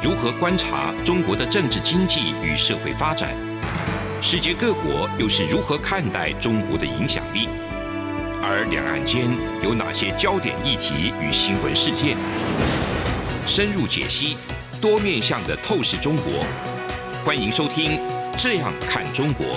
如何观察中国的政治经济与社会发展？世界各国又是如何看待中国的影响力？而两岸间有哪些焦点议题与新闻事件？深入解析，多面向的透视中国。欢迎收听《这样看中国》。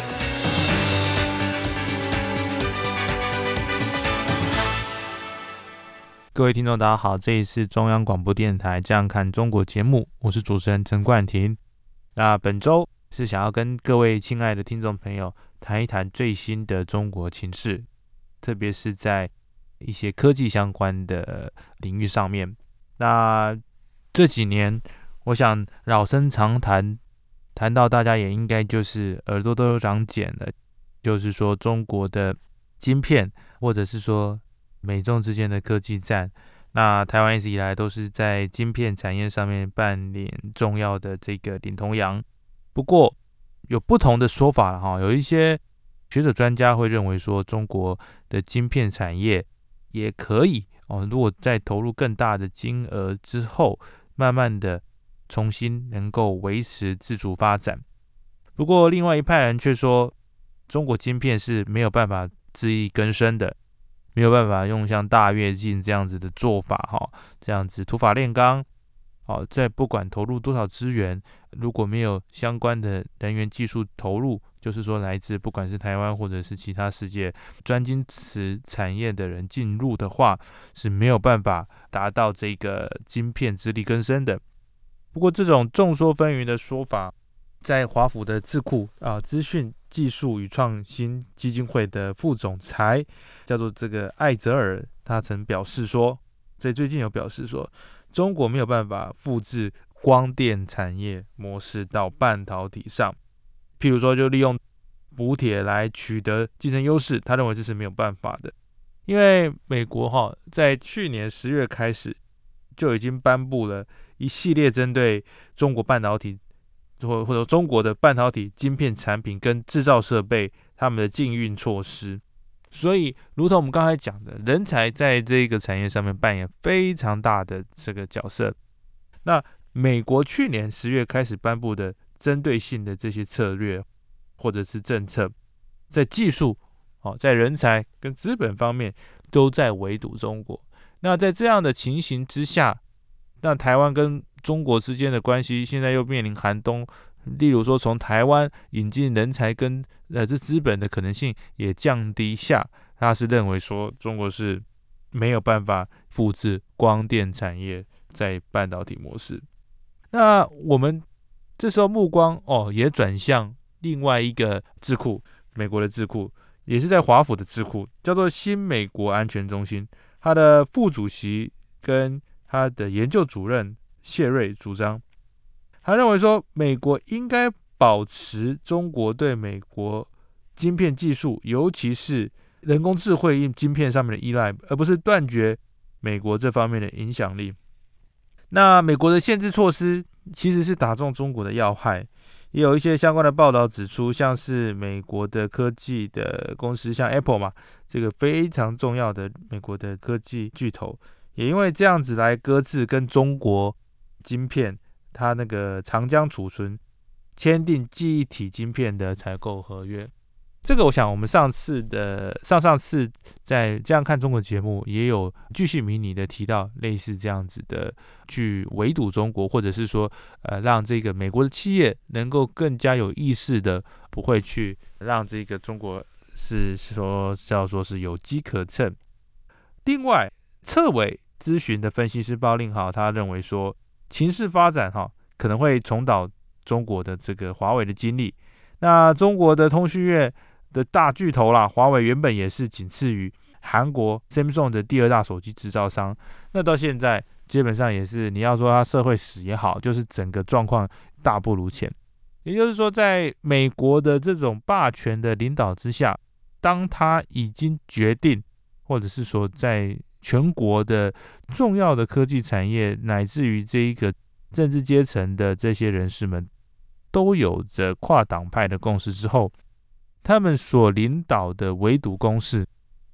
各位听众大家好，这里是中央广播电台《这样看中国》节目，我是主持人陈冠廷。那本周是想要跟各位亲爱的听众朋友谈一谈最新的中国情势，特别是在一些科技相关的领域上面。那这几年我想老生常谈，谈到大家也应该就是耳朵都长茧了，就是说中国的晶片，或者是说美中之间的科技战。那台湾一直以来都是在晶片产业上面扮演重要的这个领头羊。不过有不同的说法有一些学者专家会认为说，中国的晶片产业也可以如果在投入更大的金额之后，慢慢的重新能够维持自主发展。不过另外一派人却说，中国晶片是没有办法自力更生的，没有办法用像大跃进这样子的做法这样子土法炼钢在不管投入多少资源，如果没有相关的人员技术投入，就是说来自不管是台湾或者是其他世界专精此产业的人进入的话，是没有办法达到这个晶片自力更生的。不过这种众说纷纭的说法，在华府的智库资讯技术与创新基金会的副总裁叫做这个艾泽尔，他曾表示说，在最近有表示说，中国没有办法复制光电产业模式到半导体上，譬如说就利用补铁来取得竞争优势，他认为这是没有办法的。因为美国在去年10月开始就已经颁布了一系列针对中国半导体或者中国的半导体晶片产品跟制造设备他们的禁运措施。所以如同我们刚才讲的，人才在这个产业上面扮演非常大的这个角色。那美国去年10月开始颁布的针对性的这些策略或者是政策，在技术在人才跟资本方面都在围堵中国。那在这样的情形之下，那台湾跟中国之间的关系现在又面临寒冬，例如说从台湾引进人才跟这资本的可能性也降低下，他是认为说中国是没有办法复制光电产业在半导体模式。那我们这时候目光也转向另外一个智库，美国的智库，也是在华府的智库，叫做新美国安全中心。他的副主席跟他的研究主任谢瑞主张，他认为说美国应该保持中国对美国晶片技术，尤其是人工智慧晶片上面的依赖，而不是断绝美国这方面的影响力。那美国的限制措施其实是打中中国的要害，也有一些相关的报道指出，像是美国的科技的公司，像 Apple 嘛，这个非常重要的美国的科技巨头，也因为这样子来搁置跟中国晶片它那个长江储存签订记忆体晶片的采购合约。这个我想我们上次在这样看中国节目也有继续迷你的提到类似这样子的去围堵中国，或者是说让这个美国的企业能够更加有意识的不会去让这个中国是说叫做是有机可乘。另外策委咨询的分析师包令豪他认为说，情势发展可能会重蹈中国的这个华为的经历。那中国的通讯业的大巨头啦，华为原本也是仅次于韩国 Samsung 的第2大手机制造商，那到现在基本上也是，你要说它社会史也好，就是整个状况大不如前。也就是说，在美国的这种霸权的领导之下，当他已经决定，或者是说在全国的重要的科技产业，乃至于这一个政治阶层的这些人士们都有着跨党派的共识之后，他们所领导的围堵攻势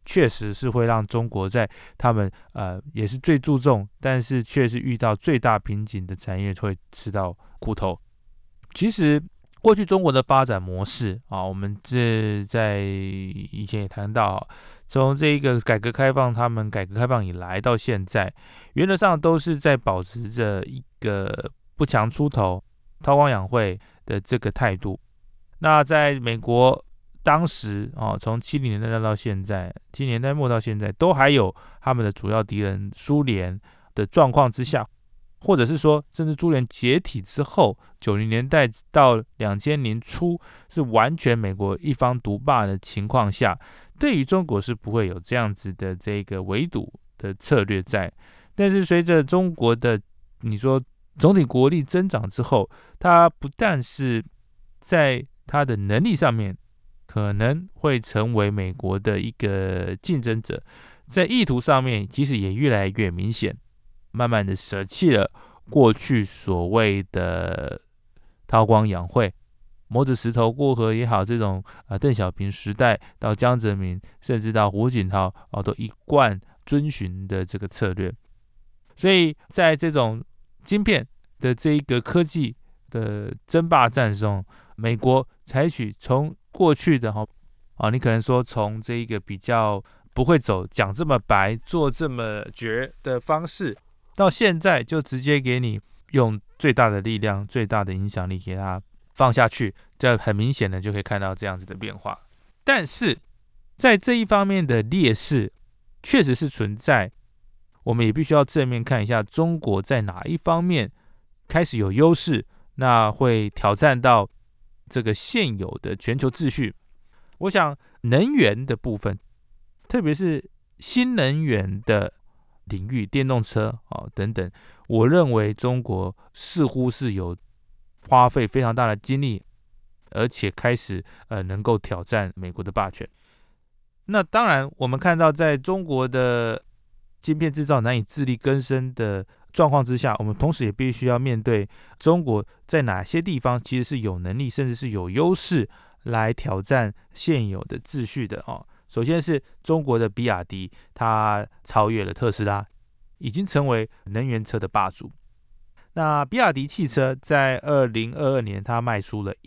确实是会让中国在他们也是最注重，但是却是遇到最大瓶颈的产业会吃到苦头。其实过去中国的发展模式我们这在以前也谈到，从这个改革开放，他们改革开放以来到现在，原则上都是在保持着一个不强出头、韬光养晦的这个态度。那在美国当时从70年代到现在，70年代末到现在，都还有他们的主要敌人苏联的状况之下，或者是说甚至苏联解体之后，90年代到2000年初是完全美国一方独霸的情况下，对于中国是不会有这样子的这个围堵的策略在。但是随着中国的你说总体国力增长之后，它不但是在它的能力上面可能会成为美国的一个竞争者，在意图上面其实也越来越明显，慢慢的舍弃了过去所谓的韬光养晦、摸着石头过河也好，这种邓小平时代到江泽民甚至到胡锦涛都一贯遵循的这个策略。所以在这种晶片的这一个科技的争霸战中，美国采取从过去的你可能说从这一个比较不会走讲这么白做这么绝的方式，到现在就直接给你用最大的力量、最大的影响力给它放下去，这很明显的就可以看到这样子的变化。但是在这一方面的劣势确实是存在，我们也必须要正面看一下中国在哪一方面开始有优势，那会挑战到这个现有的全球秩序。我想能源的部分，特别是新能源的领域，电动车等等，我认为中国似乎是有花费非常大的精力，而且开始能够挑战美国的霸权。那当然我们看到在中国的晶片制造难以自力更生的状况之下，我们同时也必须要面对中国在哪些地方其实是有能力甚至是有优势来挑战现有的秩序的首先是中国的比亚迪，它超越了特斯拉，已经成为能源车的霸主。那比亚迪汽车在2022年它卖出了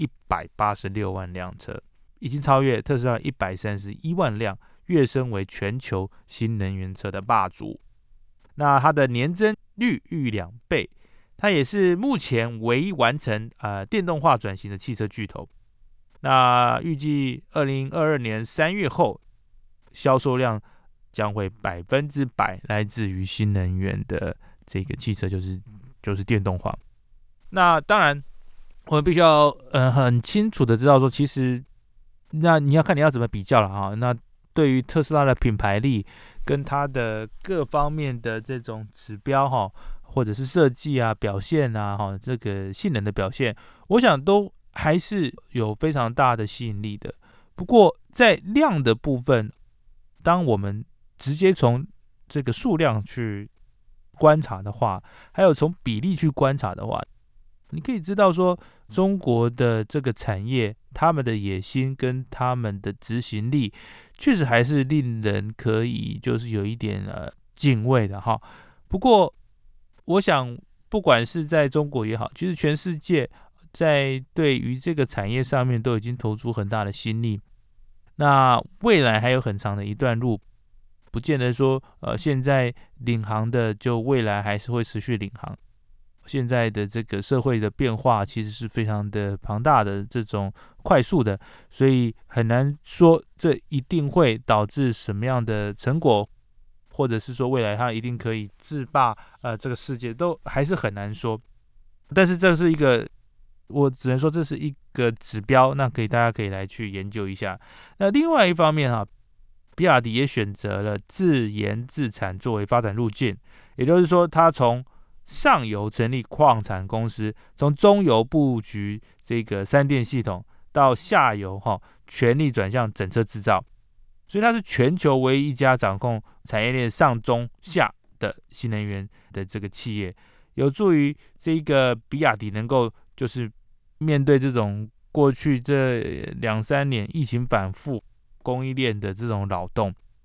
186万辆车，已经超越特斯拉131万辆，跃升为全球新能源车的霸主。那它的年增率逾2倍，它也是目前唯一完成电动化转型的汽车巨头。那预计2022年3月后，销售量将会100%来自于新能源的这个汽车，就是电动化。那当然我们必须要很清楚的知道说，其实那你要看你要怎么比较了那对于特斯拉的品牌力跟它的各方面的这种指标或者是设计表现这个性能的表现，我想都还是有非常大的吸引力的。不过在量的部分，当我们直接从这个数量去观察的话，还有从比例去观察的话，你可以知道说中国的这个产业，他们的野心跟他们的执行力确实还是令人可以就是有一点敬畏的不过我想不管是在中国也好，其实全世界在对于这个产业上面都已经投出很大的心力。那未来还有很长的一段路，不见得说现在领航的就未来还是会持续领航。现在的这个社会的变化其实是非常的庞大的，这种快速的，所以很难说这一定会导致什么样的成果，或者是说未来它一定可以制霸这个世界，都还是很难说。但是这是一个，我只能说这是一个指标，那大家可以来去研究一下。那另外一方面比亚迪也选择了自研自产作为发展路径，也就是说它从上游成立矿产公司，从中游布局这个三电系统，到下游全力转向整车制造，所以它是全球唯一一家掌控产业链上中下的新能源的这个企业，有助于这个比亚迪能够就是面对这种过去这2-3年疫情反复供应链的这种扰动，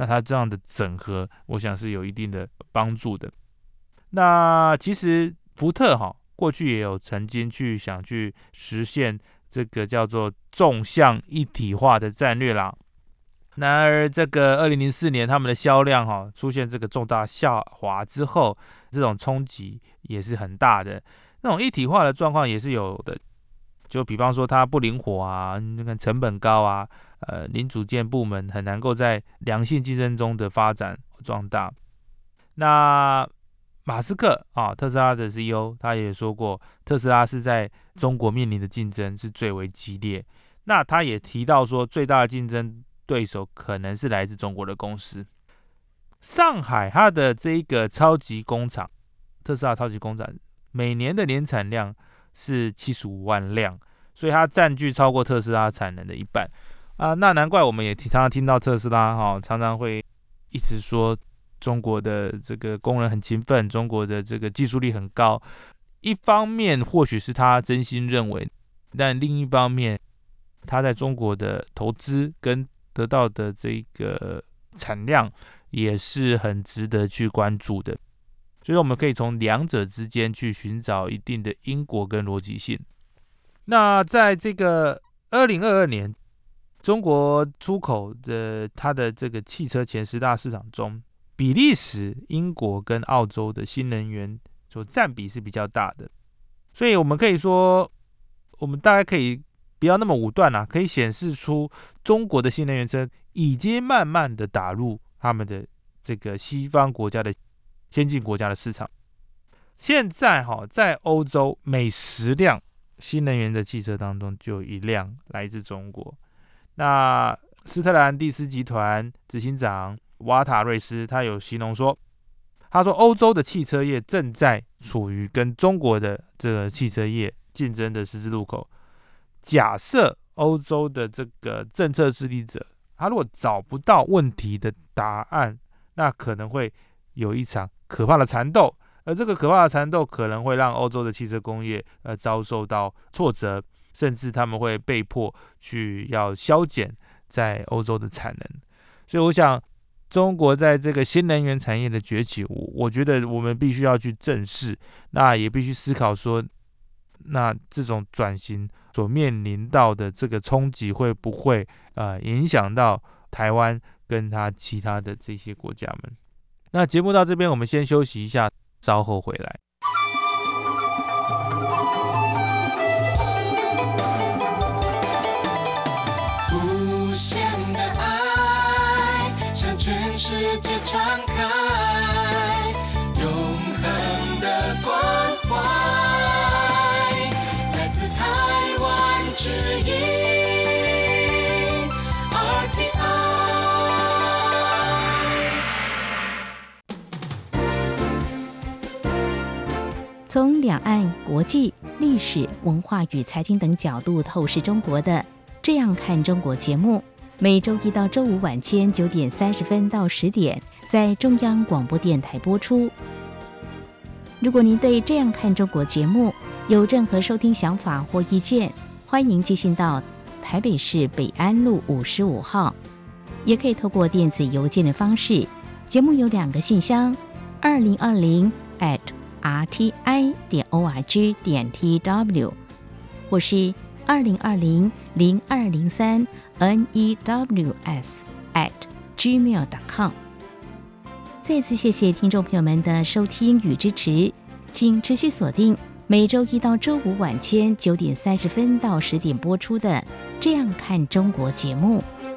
那它这样的整合，我想是有一定的帮助的。那其实福特过去也有曾经想去实现这个叫做纵向一体化的战略啦。然而这个2004年他们的销量出现这个重大下滑之后，这种冲击也是很大的。那种一体化的状况也是有的，就比方说它不灵活啊，成本高啊，零组件部门很难够在良性竞争中的发展壮大。那马斯克特斯拉的 CEO 他也说过，特斯拉是在中国面临的竞争是最为激烈。那他也提到说，最大的竞争对手可能是来自中国的公司。上海它的这个超级工厂，特斯拉超级工厂每年的年产量是75万辆，所以它占据超过特斯拉产能的一半啊。那难怪我们也常常听到特斯拉常常会一直说中国的这个工人很勤奋，中国的这个技术力很高。一方面或许是他真心认为，但另一方面他在中国的投资跟得到的这个产量也是很值得去关注的。所以我们可以从两者之间去寻找一定的因果跟逻辑性。那在这个2022年，中国出口的它的这个汽车前10大市场中，比利时、英国跟澳洲的新能源所占比是比较大的。所以我们可以说，我们大概可以不要那么武断可以显示出中国的新能源车已经慢慢的打入他们的这个西方国家的先进国家的市场。现在在欧洲每10辆新能源的汽车当中就有1辆来自中国。那斯特兰蒂斯集团执行长瓦塔瑞斯他有形容说，他说欧洲的汽车业正在处于跟中国的这个汽车业竞争的十字路口。假设欧洲的这个政策制定者他如果找不到问题的答案，那可能会有一场可怕的缠斗，而这个可怕的缠斗可能会让欧洲的汽车工业遭受到挫折，甚至他们会被迫去要削减在欧洲的产能。所以我想中国在这个新能源产业的崛起，我觉得我们必须要去正视，那也必须思考说，那这种转型所面临到的这个冲击会不会影响到台湾跟他其他的这些国家们。那节目到这边我们先休息一下，稍后回来。 无限的爱向全世界传开，永恒的关怀来自台湾之音 RTI。 从两岸、国际、历史、文化与财经等角度透视中国的《这样看中国》节目，每周一到周五晚间9点30分到10点在中央广播电台播出。如果您对《这样看中国》节目有任何收听想法或意见，欢迎寄信到台北市北安路55号，也可以透过电子邮件的方式。节目有2个信箱2020@rti.org.tw 或是2020-0203-news@gmail.com。 再次谢谢听众朋友们的收听与支持，请持续锁定每周一到周五晚间9点30分到10点播出的《这样看中国》节目。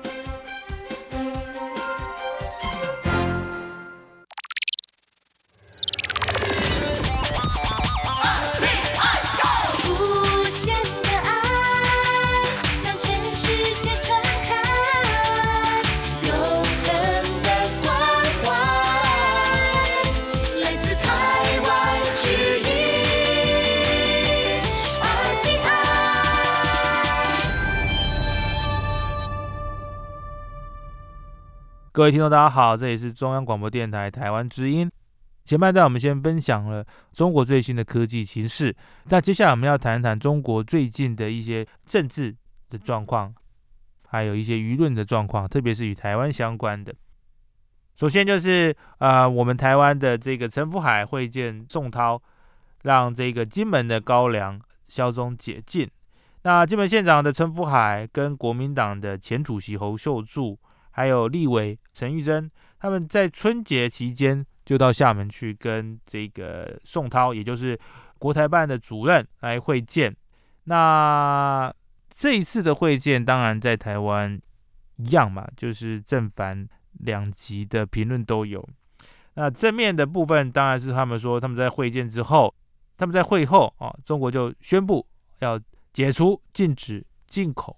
各位听众大家好，这里是中央广播电台台湾之音。前半段我们先分享了中国最新的科技情势，那接下来我们要谈谈中国最近的一些政治的状况，还有一些舆论的状况，特别是与台湾相关的。 首先就是我们台湾的这个陈福海会见宋涛，让这个金门的高粱消中解禁。那金门县长的陈福海跟国民党的前主席侯秀柱，还有立委陈玉珍，他们在春节期间就到厦门去跟这个宋涛，也就是国台办的主任来会见。那这一次的会见，当然在台湾一样嘛，就是正反两极的评论都有。那正面的部分当然是他们说他们在会见之后，他们在会后中国就宣布要解除禁止进口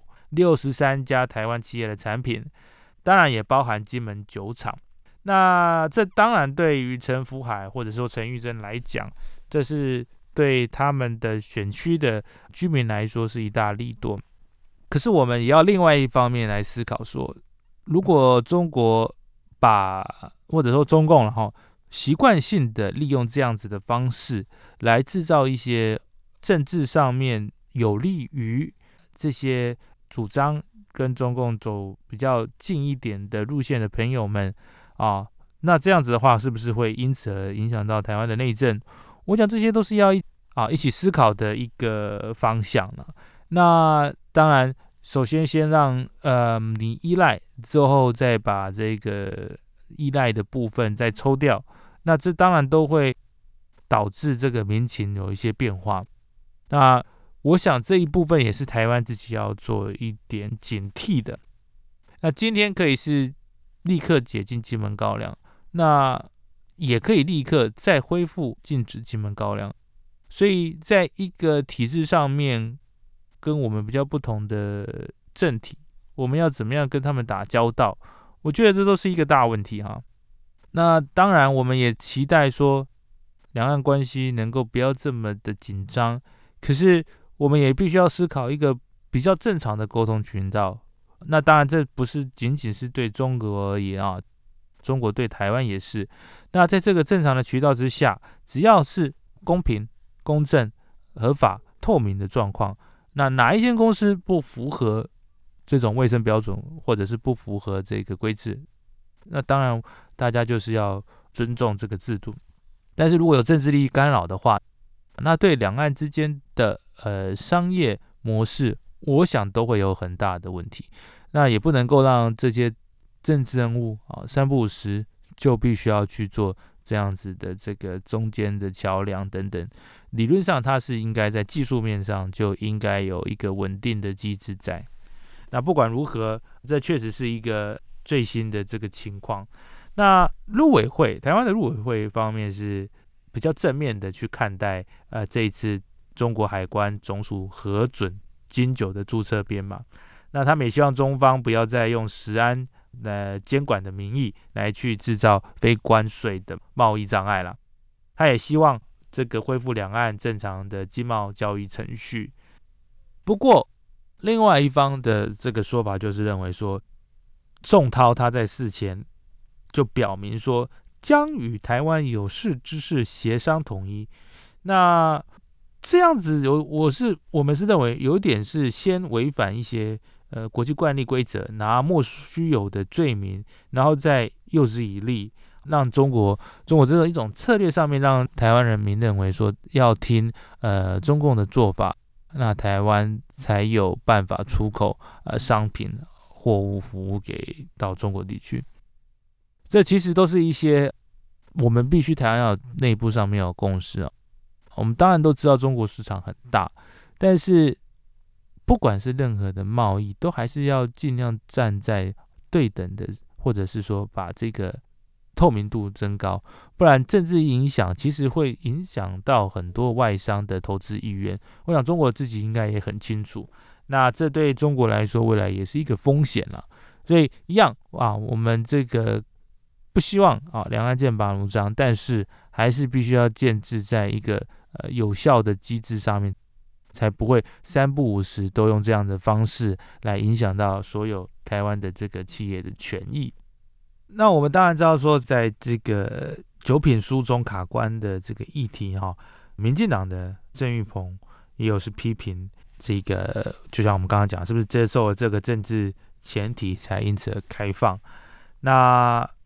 63家台湾企业的产品，当然也包含金门酒厂。那这当然对于陈福海或者说陈玉珍来讲，这是对他们的选区的居民来说是一大利多。可是我们也要另外一方面来思考说，如果中国或者说中共习惯性的利用这样子的方式来制造一些政治上面有利于这些主张跟中共走比较近一点的路线的朋友们那这样子的话是不是会因此而影响到台湾的内政？我想这些都是要一起思考的一个方向了。那当然首先让你依赖之后再把这个依赖的部分再抽掉，那这当然都会导致这个民情有一些变化。那我想这一部分也是台湾自己要做一点警惕的。那今天可以是立刻解禁金门高粱，那也可以立刻再恢复禁止金门高粱。所以在一个体制上面跟我们比较不同的政体，我们要怎么样跟他们打交道，我觉得这都是一个大问题那当然我们也期待说两岸关系能够不要这么的紧张，可是我们也必须要思考一个比较正常的沟通渠道。那当然这不是仅仅是对中国而已中国对台湾也是。那在这个正常的渠道之下，只要是公平、公正、合法、透明的状况，那哪一间公司不符合这种卫生标准，或者是不符合这个规制，那当然大家就是要尊重这个制度。但是如果有政治利益干扰的话，那对两岸之间的商业模式，我想都会有很大的问题。那也不能够让这些政治人物三不五时就必须要去做这样子的这个中间的桥梁等等。理论上它是应该在技术面上就应该有一个稳定的机制在。那不管如何，这确实是一个最新的这个情况。那陆委会，台湾的陆委会方面是比较正面的去看待这一次中国海关总署核准金酒的注册编码。那他们也希望中方不要再用食安监管的名义来去制造非关税的贸易障碍了。他也希望这个恢复两岸正常的经贸交易程序。不过另外一方的这个说法就是认为说，宋涛他在事前就表明说将与台湾有识之士协商统一。那这样子我们是认为有点是先违反一些国际惯例规则，拿莫须有的罪名，然后再诱之以利，让中国这一种策略上面让台湾人民认为说要听中共的做法，那台湾才有办法出口商品、货物、服务到中国地区。这其实都是一些我们必须台湾要内部上面有共识我们当然都知道中国市场很大，但是不管是任何的贸易，都还是要尽量站在对等的，或者是说把这个透明度增高，不然政治影响其实会影响到很多外商的投资意愿。我想中国自己应该也很清楚，那这对中国来说未来也是一个风险了。所以一样我们这个不希望两岸剑拔弩张，但是还是必须要建制在一个有效的机制上面，才不会三不五时都用这样的方式来影响到所有台湾的这个企业的权益。那我们当然知道说，在这个酒品书中卡关的这个议题民进党的郑运鹏也有是批评这个，就像我们刚刚讲，是不是接受了这个政治前提才因此而开放？那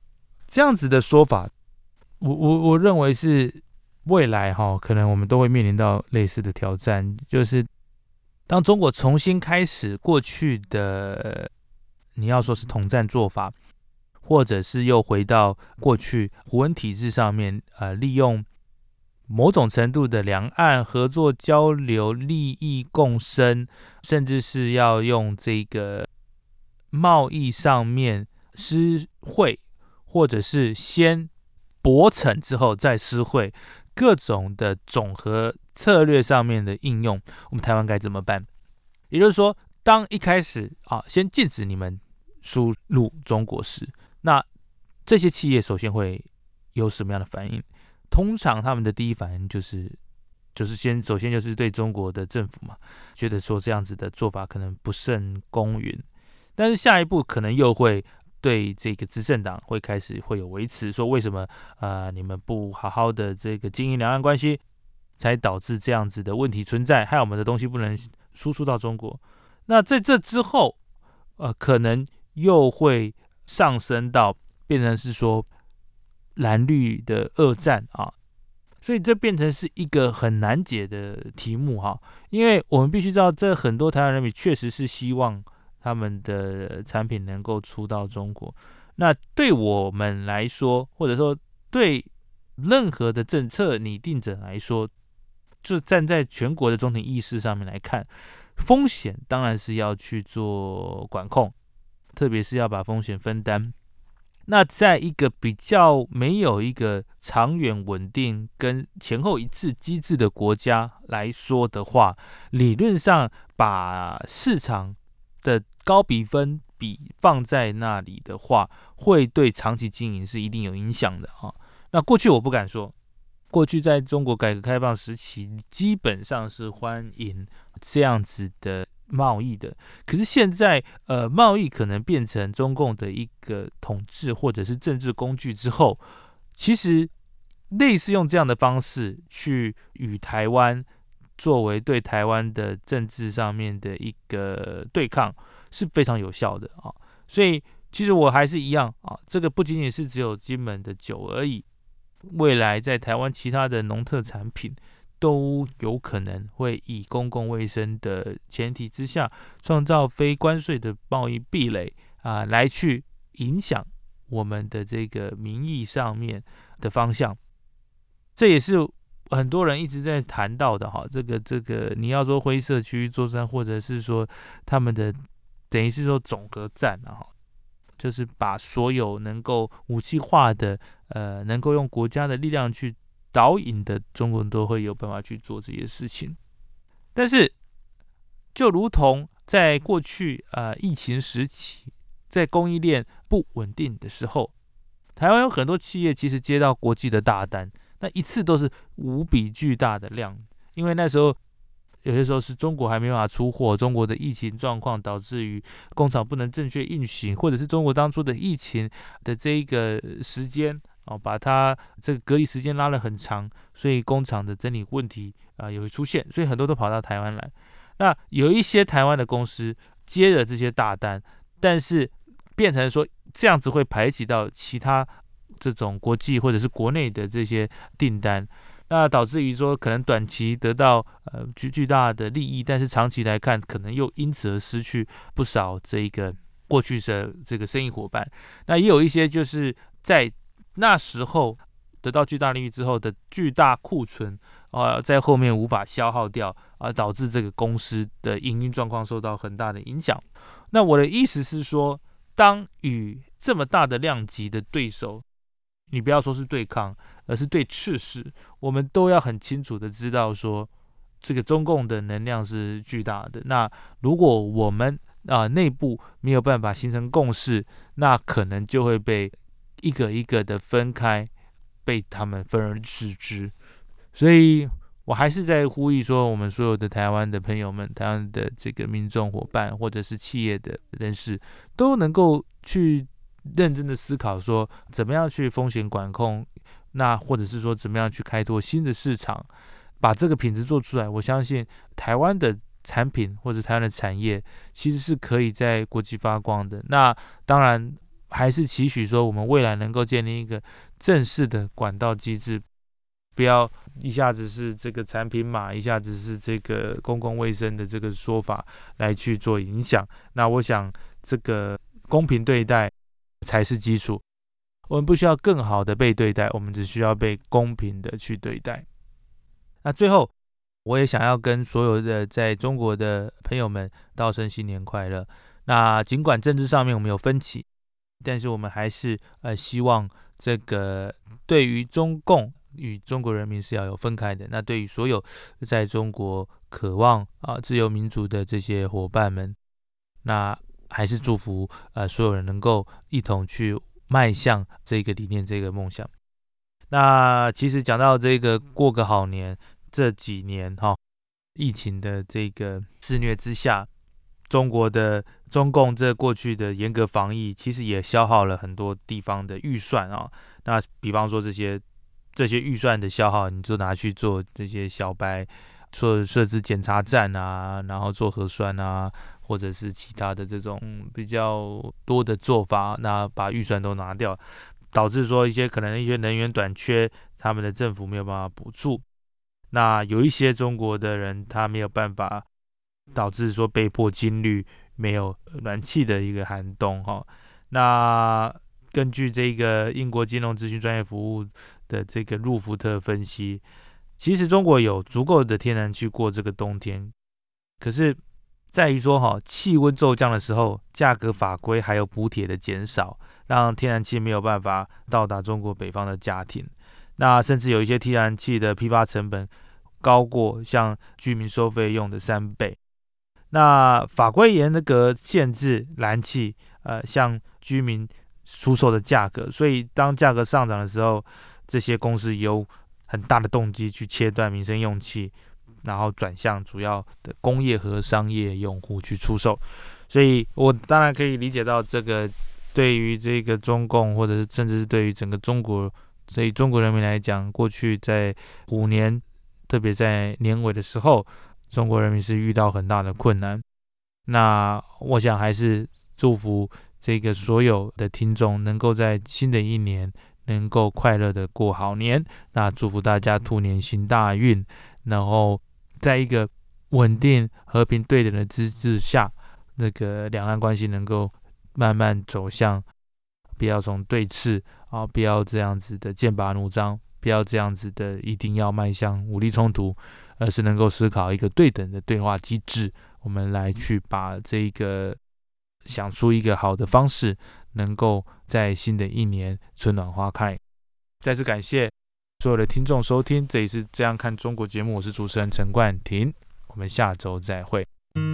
这样子的说法，我认为是未来可能我们都会面临到类似的挑战，就是当中国重新开始过去的，你要说是统战做法，或者是又回到过去胡温体制上面，利用某种程度的两岸合作交流、利益共生，甚至是要用这个贸易上面施惠，或者是先博惩之后再施惠，各种的总和策略上面的应用，我们台湾该怎么办？也就是说，当一开始先禁止你们输入中国时，那这些企业首先会有什么样的反应？通常他们的第一反应就是首先就是对中国的政府嘛，觉得说这样子的做法可能不甚公允，但是下一步可能又会对这个执政党会开始会有维持，说为什么你们不好好的这个经营两岸关系，才导致这样子的问题存在，害我们的东西不能输出到中国。那在这之后，可能又会上升到变成是说蓝绿的恶战所以这变成是一个很难解的题目因为我们必须知道，这很多台湾人民确实是希望他们的产品能够出到中国。那对我们来说，或者说对任何的政策拟定者来说，就站在全国的总体意识上面来看，风险当然是要去做管控，特别是要把风险分担。那在一个比较没有一个长远稳定跟前后一致机制的国家来说的话，理论上把市场的高比分比放在那里的话，会对长期经营是一定有影响的那过去我不敢说，过去在中国改革开放时期，基本上是欢迎这样子的贸易的，可是现在贸易可能变成中共的一个统治或者是政治工具之后，其实类似用这样的方式去与台湾作为对台湾的政治上面的一个对抗是非常有效的所以其实我还是一样这个不仅仅是只有金门的酒而已，未来在台湾其他的农特产品都有可能会以公共卫生的前提之下，创造非关税的贸易壁垒来去影响我们的这个民意上面的方向。这也是很多人一直在谈到的这个你要说灰色区域作战，或者是说他们的等于是说总和战就是把所有能够武器化的能够用国家的力量去导引的中国人都会有办法去做这些事情。但是就如同在过去疫情时期，在供应链不稳定的时候，台湾有很多企业其实接到国际的大单，那一次都是无比巨大的量，因为那时候有些时候是中国还没办法出货，中国的疫情状况导致于工厂不能正确运行，或者是中国当初的疫情的这一个时间把它这个隔离时间拉得很长，所以工厂的整理问题也会出现，所以很多都跑到台湾来。那有一些台湾的公司接了这些大单，但是变成说这样子会排挤到其他这种国际或者是国内的这些订单，那导致于说可能短期得到巨大的利益，但是长期来看可能又因此而失去不少这个过去的这个生意伙伴。那也有一些就是在那时候得到巨大利益之后的巨大库存在后面无法消耗掉导致这个公司的营运状况受到很大的影响。那我的意思是说，当与这么大的量级的对手，你不要说是对抗，而是对峙时，我们都要很清楚的知道说，这个中共的能量是巨大的。那如果我们内部没有办法形成共识，那可能就会被一个一个的分开，被他们分而治之。所以我还是在呼吁说，我们所有的台湾的朋友们，台湾的这个民众伙伴或者是企业的人士，都能够去认真的思考说，怎么样去风险管控，那或者是说怎么样去开拓新的市场，把这个品质做出来。我相信台湾的产品或者台湾的产业其实是可以在国际发光的。那当然还是期许说我们未来能够建立一个正式的管道机制，不要一下子是这个产品码，一下子是这个公共卫生的这个说法来去做影响。那我想这个公平对待才是基础，我们不需要更好的被对待，我们只需要被公平的去对待。那最后我也想要跟所有的在中国的朋友们道声新年快乐。那尽管政治上面我们有分歧，但是我们还是希望这个对于中共与中国人民是要有分开的。那对于所有在中国渴望自由民主的这些伙伴们，那还是祝福所有人能够一同去迈向这个理念，这个梦想。那其实讲到这个过个好年，这几年疫情的这个肆虐之下，中共这过去的严格防疫，其实也消耗了很多地方的预算那比方说这些预算的消耗，你就拿去做这些小白，做设置检查站然后做核酸或者是其他的这种比较多的做法，那把预算都拿掉，导致说可能一些能源短缺，他们的政府没有办法补助。那有一些中国的人他没有办法，导致说被迫经历没有暖气的一个寒冬那根据这个英国金融咨询专业服务的这个路福特分析，其实中国有足够的天然气过这个冬天，可是在于说气温骤降的时候，价格法规还有补贴的减少，让天然气没有办法到达中国北方的家庭。那甚至有一些天然气的批发成本高过像居民收费用的3倍。那法规严格限制燃气向居民出售的价格，所以当价格上涨的时候，这些公司有很大的动机去切断民生用气，然后转向主要的工业和商业用户去出售。所以我当然可以理解到，这个对于这个中共，或者是甚至是对于整个中国，所以中国人民来讲，过去在虎年，特别在年尾的时候，中国人民是遇到很大的困难。那我想还是祝福这个所有的听众能够在新的一年能够快乐的过好年。那祝福大家兔年行大运，然后在一个稳定和平对等的机制下，那个两岸关系能够慢慢走向，不要从对峙不要这样子的剑拔弩张，不要这样子的一定要迈向武力冲突，而是能够思考一个对等的对话机制，我们来去把这个想出一个好的方式，能够在新的一年春暖花开。再次感谢所有的听众收听，这里是这样看中国节目，我是主持人陈冠廷，我们下周再会。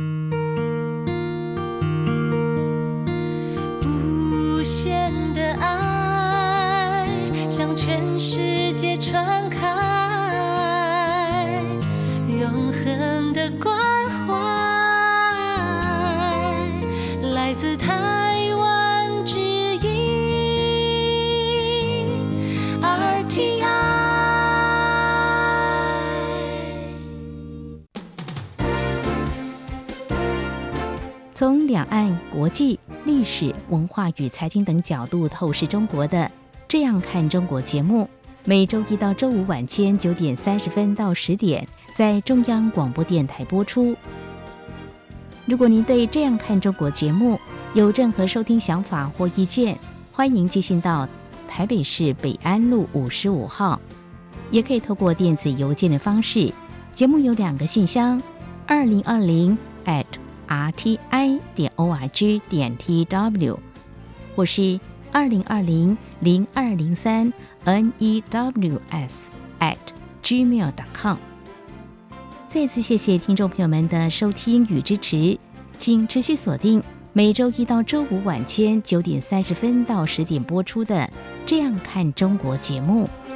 无限的爱向全世界传开，永恒的关怀来自台湾之音 RTI。 从两岸、国际、历史、文化与财经等角度透视中国的《这样看中国》节目，每周一到周五晚间9点30分到10点在中央广播电台播出。如果您对《这样看中国》节目有任何收听想法或意见，欢迎寄信到台北市北安路55号，也可以透过电子邮件的方式。节目有2个信箱2020@rti.org.tw 或是2020-0203-news@gmail.com。 再次谢谢听众朋友们的收听与支持，请持续锁定每周一到周五晚间9点30分到10点播出的《这样看中国》节目。